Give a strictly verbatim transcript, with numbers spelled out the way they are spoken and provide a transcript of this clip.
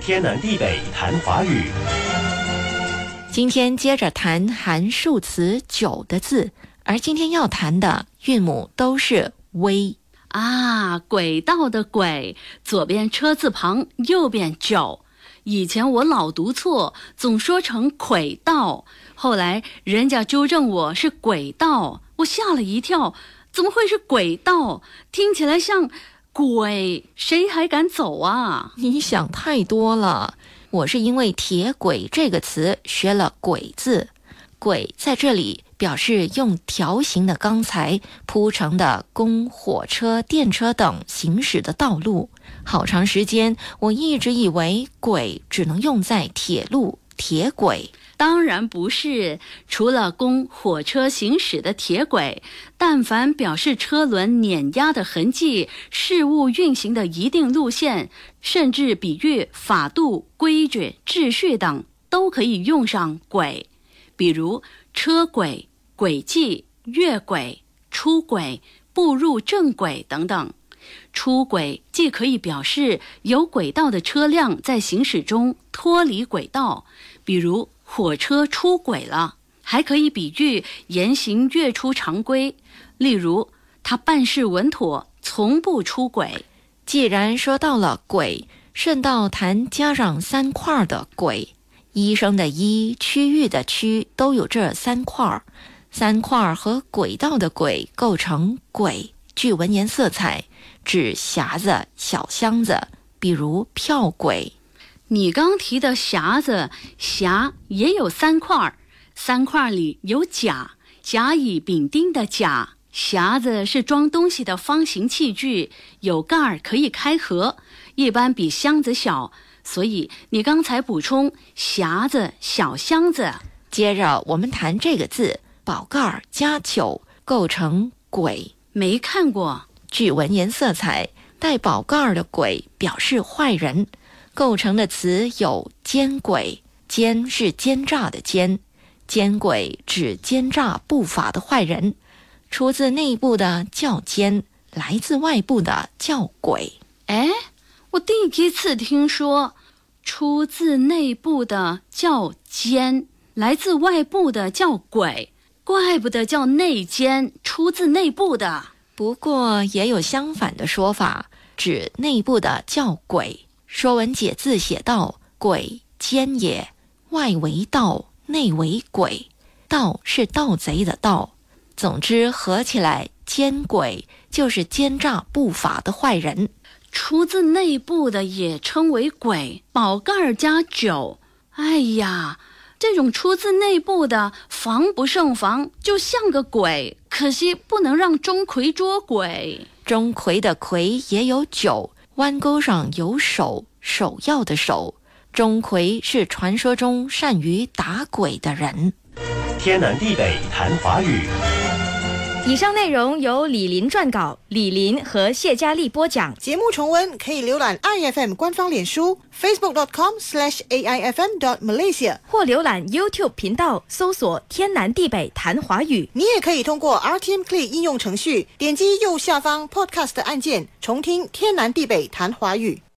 天南地北谈华语。 今天接着谈含数词九的字，而今天要谈的韵母都是微啊。轨道的轨，左边车字旁，右边九。以前我老读错，总说成轨道，后来人家纠正我是轨道，我吓了一跳，怎么会是轨道？听起来像轨，谁还敢走啊？ 你想太多了，我是因为铁轨这个词学了轨字，轨在这里表示用条形的钢材铺成的供火车、电车等行驶的道路。好长时间我一直以为轨只能用在铁路、铁轨。 当然不是，除了供火车行驶的铁轨，但凡表示车轮碾压的痕迹、事物运行的一定路线，甚至比喻法度、规矩、秩序等，都可以用上轨。比如车轨、轨迹、越轨、出轨、步入正轨等等。出轨既可以表示有轨道的车辆在行驶中脱离轨道，比如火车出轨了，还可以比喻言行越出常规，例如他办事稳妥，从不出轨。 既然说到了轨，顺道谈加上三块的轨。医生的医、区域的区都有这三块，三块和轨道的轨构成轨，具文言色彩，指匣子、小箱子，比如票轨。 你刚提的匣子，匣也有三块，三块里有甲，甲乙丙丁的甲。匣子是装东西的方形器具，有盖儿可以开合，一般比箱子小，所以你刚才补充匣子、小箱子。 接着我们谈这个字，宝盖加九构成轨。 没看过。 具文言色彩，带宝盖的轨表示坏人。构成的词有奸轨，奸是奸诈的奸，奸轨指奸诈不法的坏人。出自内部的叫奸，来自外部的叫轨。 哎，我第一次听说出自内部的叫奸，来自外部的叫轨，怪不得叫内奸，出自内部的。 不过也有相反的说法，指内部的叫轨。说文解字写道：轨，奸也，外为盗，内为轨。盗是盗贼的盗。总之合起来，奸轨就是奸诈不法的坏人。 出自内部的也称为轨，宝盖加九。哎呀，这种出自内部的防不胜防，就像个鬼，可惜不能让钟馗捉鬼。 钟馗的馗也有九，弯钩上有手，首要的手。钟馗是传说中善于打鬼的人。 天南地北谈华语。 以上内容由李林撰稿，李林和谢佳丽播讲。 节目重温可以浏览 I F M 官方脸书 facebook dot com slash A I F M dot Malaysia， 或浏览 YouTube 频道搜索天南地北谈华语。 你也可以通过 R T M Play 应用程序点击右下方 Podcast 按键重听天南地北谈华语。